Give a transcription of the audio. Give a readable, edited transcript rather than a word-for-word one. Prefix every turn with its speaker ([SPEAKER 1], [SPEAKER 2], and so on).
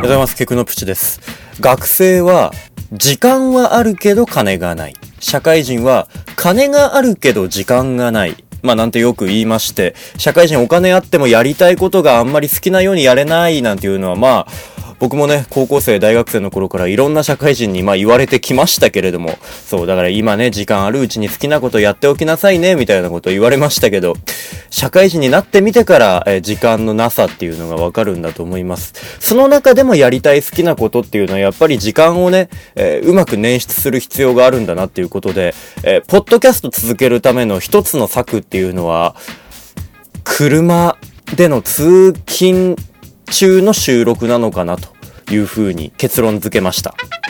[SPEAKER 1] ございます。ケクノプチです。学生は時間はあるけど金がない。社会人は金があるけど時間がない。なんてよく言いまして、社会人お金あってもやりたいことがあんまり好きなようにやれないなんていうのは僕もね、高校生、大学生の頃からいろんな社会人に言われてきましたけれども、そう、だから今ね、時間あるうちに好きなことやっておきなさいね、みたいなこと言われましたけど、社会人になってみてから、時間のなさっていうのがわかるんだと思います。その中でもやりたい好きなことっていうのはやっぱり時間をね、うまく捻出する必要があるんだなっていうことで、ポッドキャスト続けるための一つの策っていうのは、車での通勤中の収録なのかなというふうに結論付けました。